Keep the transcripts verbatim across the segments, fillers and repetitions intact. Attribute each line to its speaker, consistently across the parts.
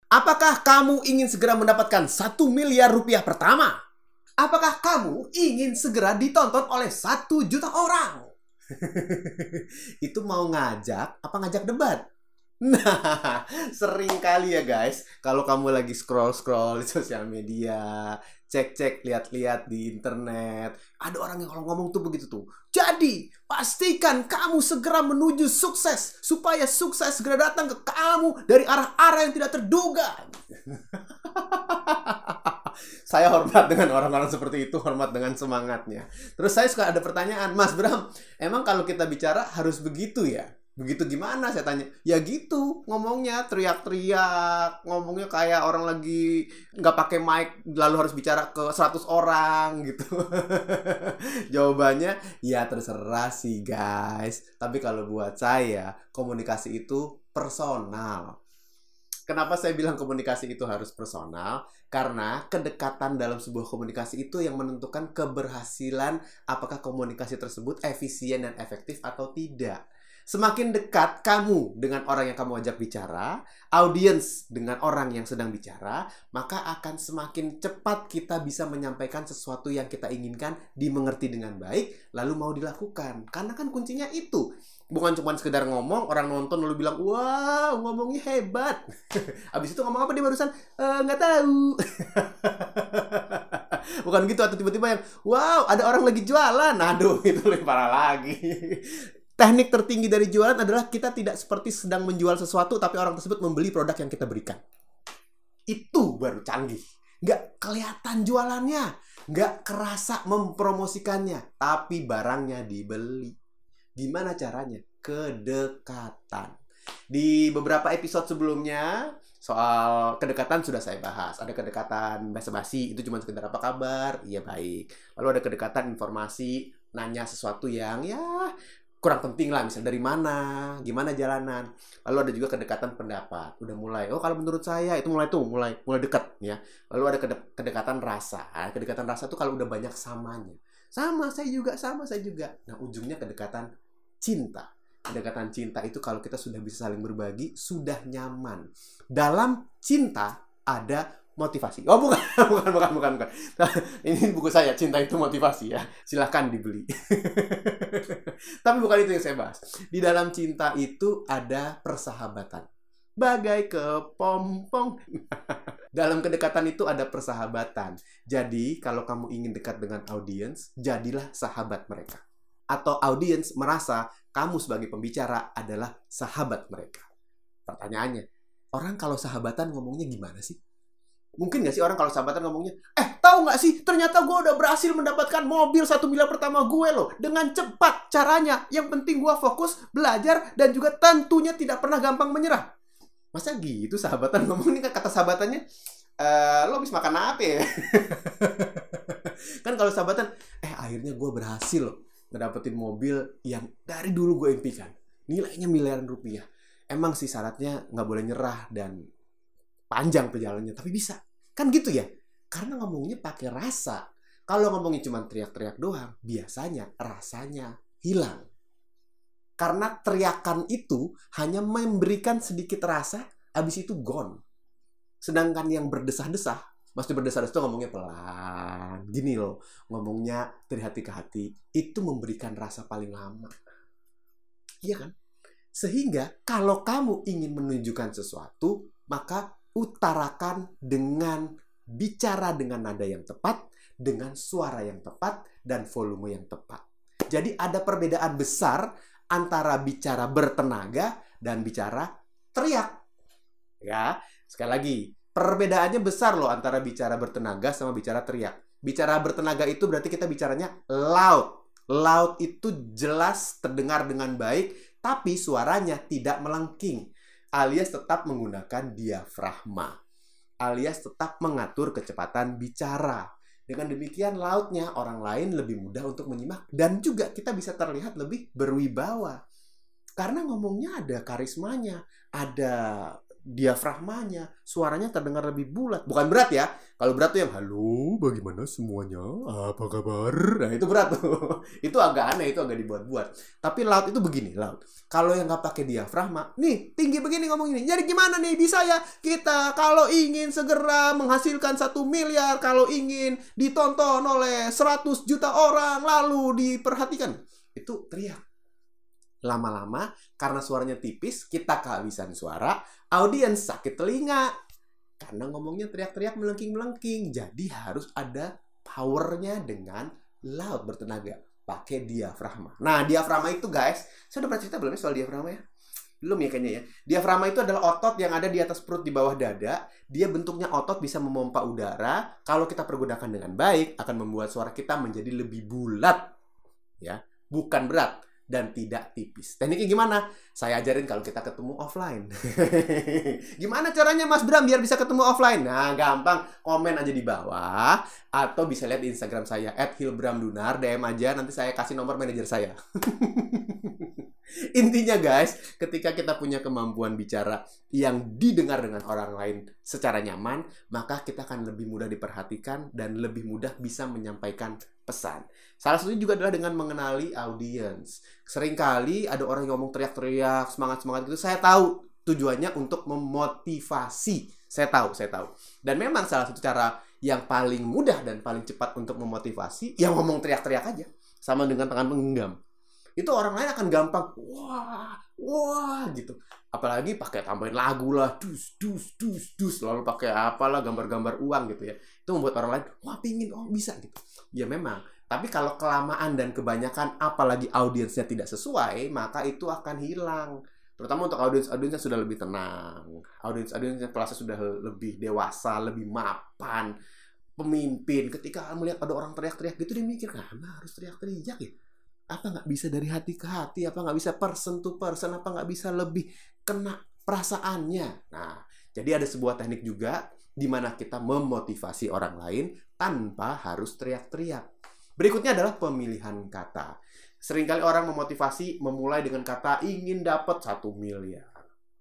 Speaker 1: Apakah kamu ingin segera mendapatkan satu miliar rupiah pertama? Apakah kamu ingin segera ditonton oleh satu juta orang? Itu mau ngajak apa ngajak debat? Nah, sering kali ya guys, kalau kamu lagi scroll-scroll di sosial media, cek-cek, lihat-lihat di internet, ada orang yang kalau ngomong tuh begitu tuh. Jadi, pastikan kamu segera menuju sukses, supaya sukses segera datang ke kamu dari arah-arah yang tidak terduga. Saya hormat dengan orang-orang seperti itu, hormat dengan semangatnya. Terus saya suka ada pertanyaan, Mas Bram, emang kalau kita bicara harus begitu ya? Begitu gimana? Saya tanya. Ya gitu, ngomongnya teriak-teriak, ngomongnya kayak orang lagi nggak pakai mic, lalu harus bicara ke seratus orang gitu. Jawabannya, ya terserah sih guys. Tapi kalau buat saya, komunikasi itu personal. Kenapa saya bilang komunikasi itu harus personal? Karena kedekatan dalam sebuah komunikasi itu yang menentukan keberhasilan apakah komunikasi tersebut efisien dan efektif atau tidak. Semakin dekat kamu dengan orang yang kamu ajak bicara, audiens dengan orang yang sedang bicara, maka akan semakin cepat kita bisa menyampaikan sesuatu yang kita inginkan dimengerti dengan baik, lalu mau dilakukan. Karena kan kuncinya itu. Bukan cuma sekedar ngomong, orang nonton lalu bilang, wow, ngomongnya hebat. Habis itu ngomong apa dia barusan? E, nggak tahu. Bukan gitu, atau tiba-tiba yang, wow, ada orang lagi jualan. Aduh, itu lebih parah lagi. Teknik tertinggi dari jualan adalah kita tidak seperti sedang menjual sesuatu, tapi orang tersebut membeli produk yang kita berikan. Itu baru canggih. Nggak kelihatan jualannya. Nggak kerasa mempromosikannya. Tapi barangnya dibeli. Gimana caranya? Kedekatan. Di beberapa episode sebelumnya, soal kedekatan sudah saya bahas. Ada kedekatan basa-basi, itu cuma sekedar apa kabar? Iya baik. Lalu ada kedekatan informasi, nanya sesuatu yang ya kurang penting lah, misal dari mana, gimana jalanan. Lalu ada juga kedekatan pendapat. Udah mulai, oh kalau menurut saya itu mulai tuh, mulai mulai dekat ya. Lalu ada kede kedekatan rasa. Kedekatan rasa tuh kalau udah banyak samanya. Sama, saya juga, sama, saya juga. Nah, ujungnya kedekatan cinta. Kedekatan cinta itu kalau kita sudah bisa saling berbagi, sudah nyaman. Dalam cinta ada motivasi. Oh, bukan, bukan, bukan, bukan, bukan. Nah, ini buku saya, Cinta Itu Motivasi ya. Silahkan dibeli. Tapi bukan itu yang saya bahas. Di dalam cinta itu ada persahabatan. Bagai kepompong. Dalam kedekatan itu ada persahabatan. Jadi, kalau kamu ingin dekat dengan audiens, jadilah sahabat mereka. Atau audiens merasa kamu sebagai pembicara adalah sahabat mereka. Pertanyaannya, orang kalau sahabatan ngomongnya gimana sih? Mungkin nggak sih orang kalau sahabatan ngomongnya, eh tahu nggak sih, ternyata gue udah berhasil mendapatkan mobil satu miliar pertama gue loh. Dengan cepat caranya. Yang penting gue fokus, belajar, dan juga tentunya tidak pernah gampang menyerah. Masa gitu sahabatan ngomong ini, kata sahabatannya, e, lo habis makan apa ya? Kan kalau sahabatan, eh akhirnya gue berhasil loh ngedapetin mobil yang dari dulu gue impikan. Nilainya miliaran rupiah. Emang sih syaratnya nggak boleh nyerah dan panjang perjalanannya, tapi bisa. Kan gitu ya? Karena ngomongnya pakai rasa. Kalau ngomongnya cuma teriak-teriak doang, biasanya rasanya hilang. Karena teriakan itu hanya memberikan sedikit rasa, habis itu gone. Sedangkan yang berdesah-desah, maksudnya berdesah-desah itu ngomongnya pelan. Gini loh, ngomongnya dari hati ke hati, itu memberikan rasa paling lama. Iya kan? Sehingga kalau kamu ingin menunjukkan sesuatu, maka utarakan dengan bicara dengan nada yang tepat, dengan suara yang tepat, dan volume yang tepat. Jadi ada perbedaan besar antara bicara bertenaga dan bicara teriak. Ya, sekali lagi, perbedaannya besar loh antara bicara bertenaga sama bicara teriak. Bicara bertenaga itu berarti kita bicaranya loud. Loud itu jelas terdengar dengan baik, tapi suaranya tidak melengking. Alias tetap menggunakan diafragma, alias tetap mengatur kecepatan bicara. Dengan demikian lautnya orang lain lebih mudah untuk menyimak, dan juga kita bisa terlihat lebih berwibawa. Karena ngomongnya ada karismanya, ada diafragmanya, suaranya terdengar lebih bulat. Bukan berat ya. Kalau berat tuh yang halo, bagaimana semuanya? Apa kabar? Nah, itu berat tuh. Itu agak aneh, itu agak dibuat-buat. Tapi laut itu begini, laut. Kalau yang nggak pakai diafragma, nih tinggi begini ngomong ini. Jadi gimana nih bisa ya kita kalau ingin segera menghasilkan satu miliar, kalau ingin ditonton oleh seratus juta orang, lalu diperhatikan. Itu teriak. Lama-lama, karena suaranya tipis, kita kehabisan suara, audiens sakit telinga. Karena ngomongnya teriak-teriak melengking-melengking. Jadi harus ada powernya dengan laut bertenaga. Pakai diafragma. Nah, diafragma itu guys, saya udah pernah cerita belum ya soal diafragma ya? Belum ya kayaknya ya. Diafragma itu adalah otot yang ada di atas perut di bawah dada. Dia bentuknya otot bisa memompa udara. Kalau kita pergunakan dengan baik, akan membuat suara kita menjadi lebih bulat. Ya, bukan berat. Dan tidak tipis. Tekniknya gimana? Saya ajarin kalau kita ketemu offline. Gimana caranya Mas Bram biar bisa ketemu offline? Nah, gampang. Komen aja di bawah. Atau bisa lihat di Instagram saya at hilbramdunar. D M aja, nanti saya kasih nomor manajer saya. Intinya guys, ketika kita punya kemampuan bicara yang didengar dengan orang lain secara nyaman, maka kita akan lebih mudah diperhatikan dan lebih mudah bisa menyampaikan pesan. Salah satunya juga adalah dengan mengenali audiens. Seringkali ada orang yang ngomong teriak-teriak, semangat-semangat gitu. Saya tahu tujuannya untuk memotivasi. Saya tahu, saya tahu. Dan memang salah satu cara yang paling mudah dan paling cepat untuk memotivasi, yang ngomong teriak-teriak aja. Sama dengan tangan menggenggam. Itu orang lain akan gampang, wah, wah, gitu. Apalagi pakai tambahin lagu lah, dus, dus, dus, dus, lalu pakai apalah, gambar-gambar uang gitu ya. Itu membuat orang lain, wah, pingin, oh bisa gitu. Ya memang, tapi kalau kelamaan dan kebanyakan, apalagi audiensnya tidak sesuai, maka itu akan hilang. Terutama untuk audiens-audiens yang sudah lebih tenang, audiens-audiens yang kelasnya sudah lebih dewasa, lebih mapan, pemimpin. Ketika melihat ada orang teriak-teriak gitu, dia mikir, kenapa harus teriak-teriak ya? Apa nggak bisa dari hati ke hati? Apa nggak bisa person to person? Apa nggak bisa lebih kena perasaannya? Nah, jadi ada sebuah teknik juga di mana kita memotivasi orang lain tanpa harus teriak-teriak. Berikutnya adalah pemilihan kata. Seringkali orang memotivasi memulai dengan kata ingin dapat satu miliar.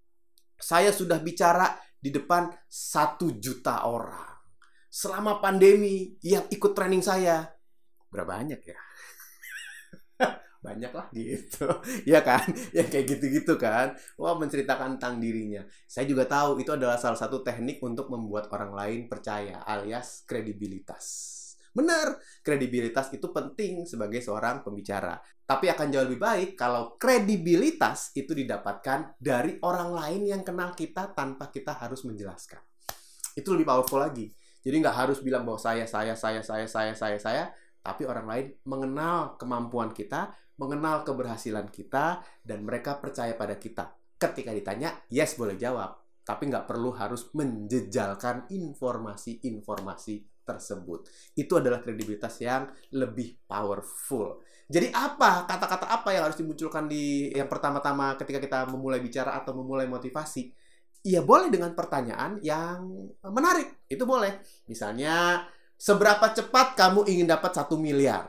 Speaker 1: Saya sudah bicara di depan satu juta orang. Selama pandemi yang ikut training saya. Berapa banyak ya? Banyak lah gitu, ya kan, yang kayak gitu-gitu kan. Wah, menceritakan tentang dirinya. Saya juga tahu itu adalah salah satu teknik untuk membuat orang lain percaya, alias kredibilitas. Benar, kredibilitas itu penting sebagai seorang pembicara. Tapi akan jauh lebih baik kalau kredibilitas itu didapatkan dari orang lain yang kenal kita tanpa kita harus menjelaskan. Itu lebih powerful lagi. Jadi nggak harus bilang bahwa saya, saya, saya, saya, saya, saya, saya, tapi orang lain mengenal kemampuan kita, mengenal keberhasilan kita, dan mereka percaya pada kita. Ketika ditanya, yes boleh jawab. Tapi nggak perlu harus menjejalkan informasi-informasi tersebut. Itu adalah kredibilitas yang lebih powerful. Jadi apa, kata-kata apa yang harus dimunculkan di yang pertama-tama ketika kita memulai bicara atau memulai motivasi? Ya boleh dengan pertanyaan yang menarik. Itu boleh. Misalnya, seberapa cepat kamu ingin dapat satu miliar?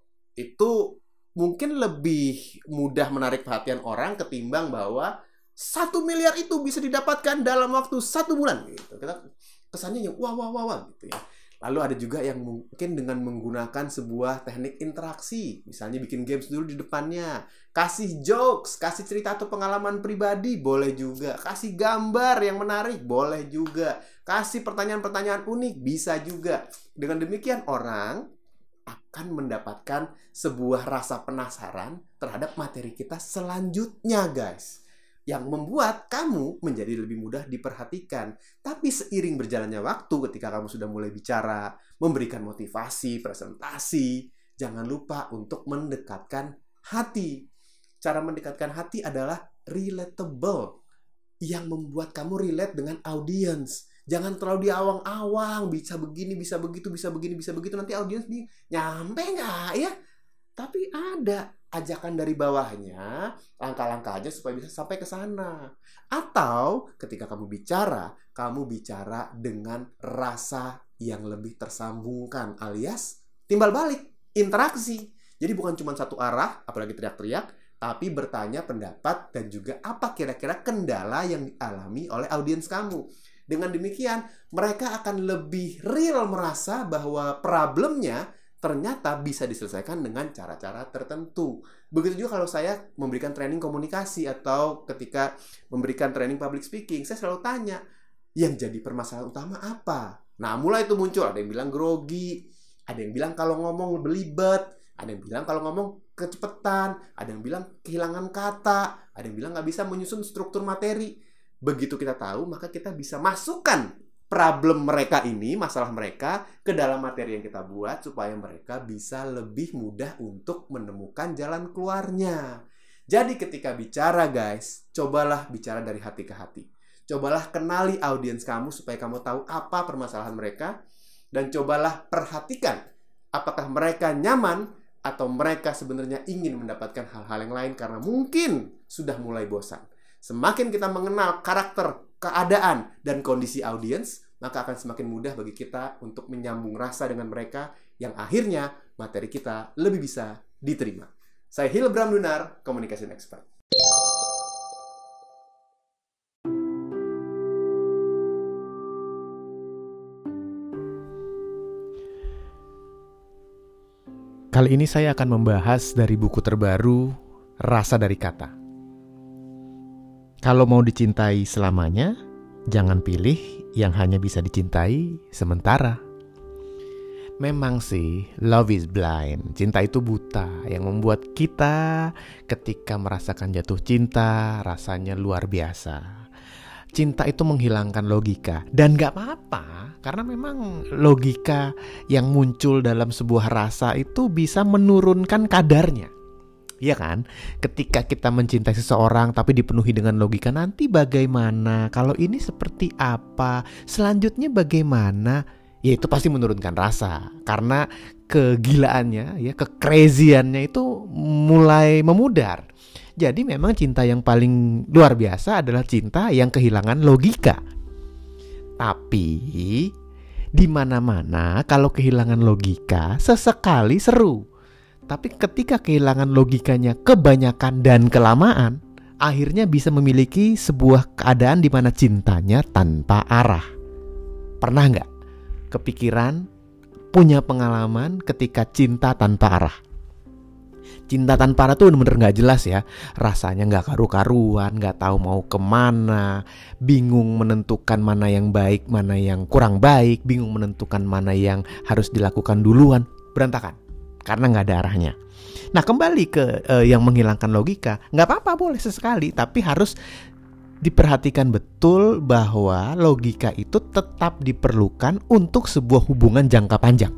Speaker 1: Itu mungkin lebih mudah menarik perhatian orang ketimbang bahwa satu miliar itu bisa didapatkan dalam waktu satu bulan. Gitu. Kita kesannya yang wah, wah, wah, wah gitu ya. Lalu ada juga yang mungkin dengan menggunakan sebuah teknik interaksi. Misalnya bikin games dulu di depannya. Kasih jokes, kasih cerita atau pengalaman pribadi, boleh juga. Kasih gambar yang menarik, boleh juga. Kasih pertanyaan-pertanyaan unik, bisa juga. Dengan demikian orang akan mendapatkan sebuah rasa penasaran terhadap materi kita selanjutnya, guys. Yang membuat kamu menjadi lebih mudah diperhatikan. Tapi seiring berjalannya waktu ketika kamu sudah mulai bicara, memberikan motivasi, presentasi, jangan lupa untuk mendekatkan hati. Cara mendekatkan hati adalah relatable. Yang membuat kamu relate dengan audiens. Jangan terlalu diawang-awang, bisa begini, bisa begitu, bisa begini, bisa begitu. Nanti audiens bingung, nyampe nggak ya? Tapi ada ajakan dari bawahnya, langkah-langkah aja supaya bisa sampai ke sana. Atau ketika kamu bicara, kamu bicara dengan rasa yang lebih tersambungkan, alias timbal balik, interaksi. Jadi bukan cuma satu arah, apalagi teriak-teriak, tapi bertanya pendapat dan juga apa kira-kira kendala yang dialami oleh audiens kamu. Dengan demikian, mereka akan lebih real merasa bahwa problemnya ternyata bisa diselesaikan dengan cara-cara tertentu. Begitu juga kalau saya memberikan training komunikasi atau ketika memberikan training public speaking, saya selalu tanya, yang jadi permasalahan utama apa? Nah, mulai itu muncul, ada yang bilang grogi, ada yang bilang kalau ngomong belibet, ada yang bilang kalau ngomong kecepatan, ada yang bilang kehilangan kata, ada yang bilang nggak bisa menyusun struktur materi. Begitu kita tahu, maka kita bisa masukkan problem mereka ini, masalah mereka, ke dalam materi yang kita buat supaya mereka bisa lebih mudah untuk menemukan jalan keluarnya. Jadi ketika bicara guys, cobalah bicara dari hati ke hati. Cobalah kenali audiens kamu supaya kamu tahu apa permasalahan mereka, dan cobalah perhatikan apakah mereka nyaman atau mereka sebenarnya ingin mendapatkan hal-hal yang lain karena mungkin sudah mulai bosan. Semakin kita mengenal karakter, keadaan, dan kondisi audiens, maka akan semakin mudah bagi kita untuk menyambung rasa dengan mereka yang akhirnya materi kita lebih bisa diterima. Saya Hilbram Dunar, Communication Expert.
Speaker 2: Kali ini saya akan membahas dari buku terbaru, Rasa dari Kata. Kalau mau dicintai selamanya, jangan pilih yang hanya bisa dicintai sementara. Memang sih, love is blind. Cinta itu buta, yang membuat kita ketika merasakan jatuh cinta, rasanya luar biasa. Cinta itu menghilangkan logika. Dan gak apa-apa, karena memang logika yang muncul dalam sebuah rasa itu bisa menurunkan kadarnya. Iya kan? Ketika kita mencintai seseorang tapi dipenuhi dengan logika, nanti bagaimana? Kalau ini seperti apa? Selanjutnya bagaimana? Ya itu pasti menurunkan rasa. Karena kegilaannya, ya kecraziannya itu mulai memudar. Jadi memang cinta yang paling luar biasa adalah cinta yang kehilangan logika. Tapi di mana-mana kalau kehilangan logika sesekali seru. Tapi ketika kehilangan logikanya kebanyakan dan kelamaan, akhirnya bisa memiliki sebuah keadaan di mana cintanya tanpa arah. Pernah nggak kepikiran, punya pengalaman ketika cinta tanpa arah? Cinta tanpa arah tuh bener-bener gak jelas ya. Rasanya gak karu-karuan, gak tahu mau kemana, bingung menentukan mana yang baik, mana yang kurang baik, bingung menentukan mana yang harus dilakukan duluan. Berantakan, karena gak ada arahnya. Nah kembali ke eh, yang menghilangkan logika, gak apa-apa boleh sesekali, tapi harus diperhatikan betul bahwa logika itu tetap diperlukan untuk sebuah hubungan jangka panjang.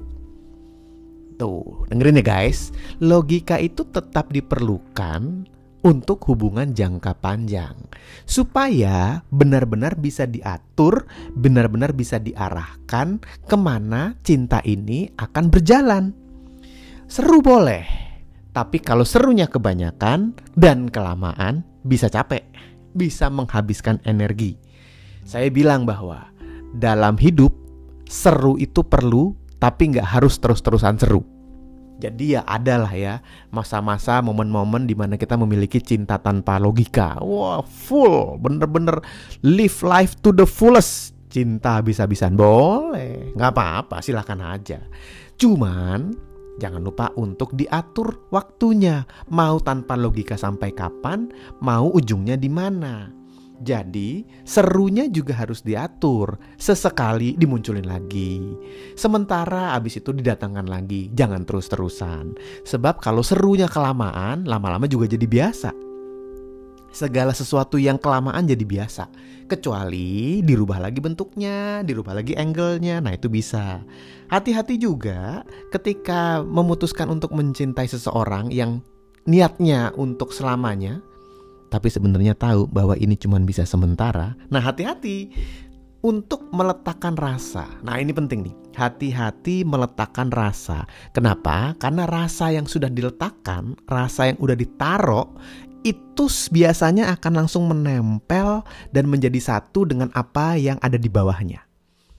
Speaker 2: Tuh, dengerin ya guys, logika itu tetap diperlukan untuk hubungan jangka panjang. Supaya benar-benar bisa diatur, benar-benar bisa diarahkan kemana cinta ini akan berjalan. Seru boleh, tapi kalau serunya kebanyakan dan kelamaan bisa capek, bisa menghabiskan energi. Saya bilang bahwa dalam hidup seru itu perlu, tapi nggak harus terus-terusan seru. Jadi ya adalah ya masa-masa, momen-momen di mana kita memiliki cinta tanpa logika. Wah, full, bener-bener live life to the fullest. Cinta habis-habisan boleh, nggak apa-apa, silakan aja. Cuman jangan lupa untuk diatur waktunya. Mau tanpa logika sampai kapan, mau ujungnya di mana. Jadi serunya juga harus diatur. Sesekali dimunculin lagi, sementara abis itu didatangkan lagi. Jangan terus-terusan. Sebab kalau serunya kelamaan, lama-lama juga jadi biasa. Segala sesuatu yang kelamaan jadi biasa. Kecuali dirubah lagi bentuknya, dirubah lagi angle-nya. Nah itu bisa. Hati-hati juga ketika memutuskan untuk mencintai seseorang yang niatnya untuk selamanya, tapi sebenarnya tahu bahwa ini cuma bisa sementara. Nah hati-hati untuk meletakkan rasa. Nah ini penting nih, hati-hati meletakkan rasa. Kenapa? Karena rasa yang sudah diletakkan, rasa yang udah ditaruh, itu biasanya akan langsung menempel dan menjadi satu dengan apa yang ada di bawahnya.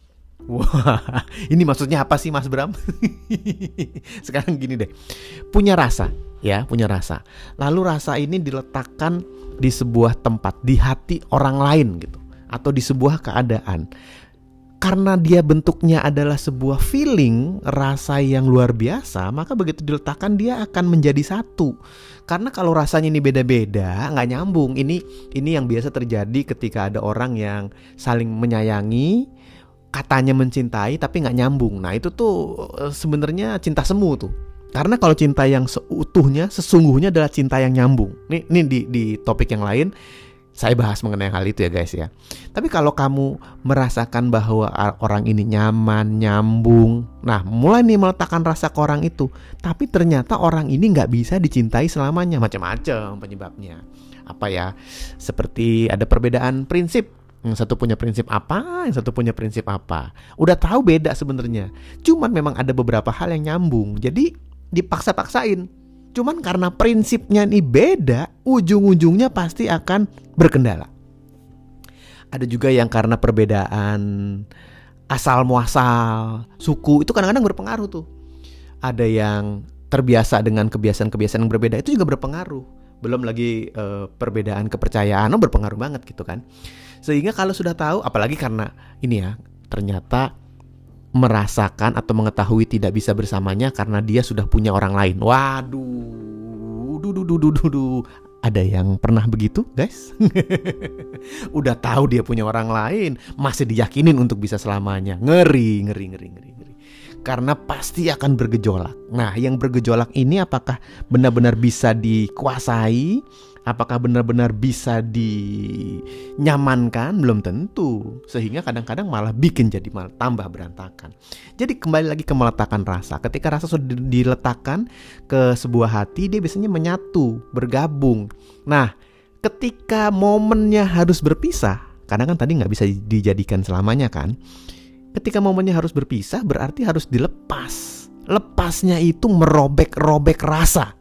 Speaker 2: Wah, ini maksudnya apa sih Mas Bram? Sekarang gini deh, punya rasa, ya, punya rasa. Lalu rasa ini diletakkan di sebuah tempat, di hati orang lain gitu, atau di sebuah keadaan. Karena dia bentuknya adalah sebuah feeling, rasa yang luar biasa, maka begitu diletakkan dia akan menjadi satu. Karena kalau rasanya ini beda-beda, nggak nyambung. Ini ini yang biasa terjadi ketika ada orang yang saling menyayangi, katanya mencintai tapi nggak nyambung. Nah itu tuh sebenarnya cinta semu tuh. Karena kalau cinta yang seutuhnya, sesungguhnya adalah cinta yang nyambung. Nih, nih di, di topik yang lain saya bahas mengenai hal itu ya guys ya. Tapi kalau kamu merasakan bahwa orang ini nyaman, nyambung, nah mulai nih meletakkan rasa ke orang itu. Tapi ternyata orang ini nggak bisa dicintai selamanya. Macam-macam penyebabnya. Apa ya, seperti ada perbedaan prinsip. Yang satu punya prinsip apa, yang satu punya prinsip apa. Udah tahu beda sebenarnya. Cuman memang ada beberapa hal yang nyambung. Jadi dipaksa-paksain. Cuman karena prinsipnya ini beda, ujung-ujungnya pasti akan berkendala. Ada juga yang karena perbedaan asal muasal, suku, itu kadang-kadang berpengaruh tuh. Ada yang terbiasa dengan kebiasaan-kebiasaan yang berbeda, itu juga berpengaruh. Belum lagi eh, perbedaan kepercayaan, oh, berpengaruh banget gitu kan. Sehingga kalau sudah tahu, apalagi karena ini ya, ternyata merasakan atau mengetahui tidak bisa bersamanya karena dia sudah punya orang lain. Waduh, duh, duh, duh, duh, duh. Ada yang pernah begitu, guys? Udah tahu dia punya orang lain, masih diyakinin untuk bisa selamanya. Ngeri, ngeri, ngeri, ngeri, ngeri. Karena pasti akan bergejolak. Nah, yang bergejolak ini apakah benar-benar bisa dikuasai? Apakah benar-benar bisa dinyamankan? Belum tentu. Sehingga kadang-kadang malah bikin jadi malah tambah berantakan. Jadi kembali lagi ke meletakkan rasa. Ketika rasa sudah diletakkan ke sebuah hati, dia biasanya menyatu, bergabung. Nah, ketika momennya harus berpisah, karena kan tadi nggak bisa dijadikan selamanya kan. Ketika momennya harus berpisah, berarti harus dilepas. Lepasnya itu merobek-robek rasa.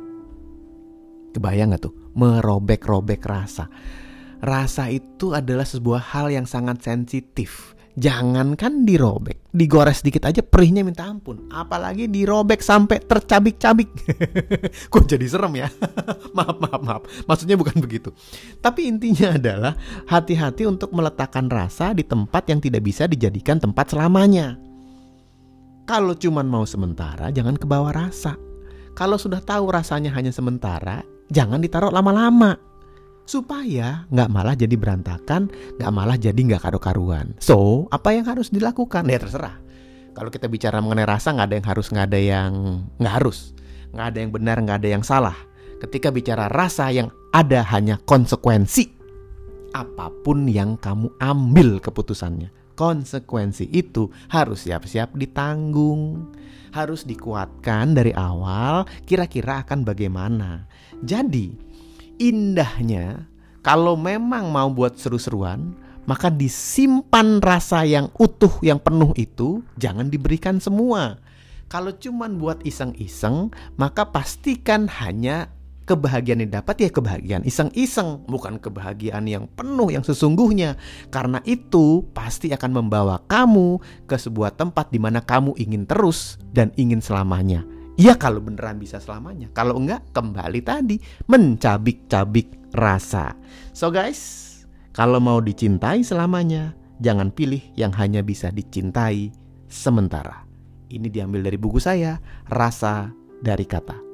Speaker 2: Kebayang gak tuh? Merobek-robek rasa. Rasa itu adalah sebuah hal yang sangat sensitif. Jangankan dirobek, digores dikit aja perihnya minta ampun. Apalagi dirobek sampai tercabik-cabik. Kok jadi serem ya? Maaf, maaf, maaf. Maksudnya bukan begitu. Tapi intinya adalah hati-hati untuk meletakkan rasa di tempat yang tidak bisa dijadikan tempat selamanya. Kalau cuman mau sementara, jangan kebawa rasa. Kalau sudah tahu rasanya hanya sementara, jangan ditaruh lama-lama. Supaya gak malah jadi berantakan, gak malah jadi gak karu-karuan. So, apa yang harus dilakukan? Ya terserah. Kalau kita bicara mengenai rasa, gak ada yang harus, gak ada yang gak harus. Gak ada yang benar, gak ada yang salah. Ketika bicara rasa, yang ada hanya konsekuensi. Apapun yang kamu ambil keputusannya, konsekuensi itu harus siap-siap ditanggung. Harus dikuatkan dari awal, kira-kira akan bagaimana. Jadi, indahnya kalau memang mau buat seru-seruan, maka disimpan rasa yang utuh, yang penuh itu, jangan diberikan semua. Kalau cuman buat iseng-iseng, maka pastikan hanya kebahagiaan yang dapat ya kebahagiaan iseng-iseng, bukan kebahagiaan yang penuh, yang sesungguhnya. Karena itu pasti akan membawa kamu ke sebuah tempat di mana kamu ingin terus dan ingin selamanya. Ya kalau beneran bisa selamanya. Kalau enggak, kembali tadi mencabik-cabik rasa. So guys, kalau mau dicintai selamanya, jangan pilih yang hanya bisa dicintai sementara. Ini diambil dari buku saya, Rasa dari Kata.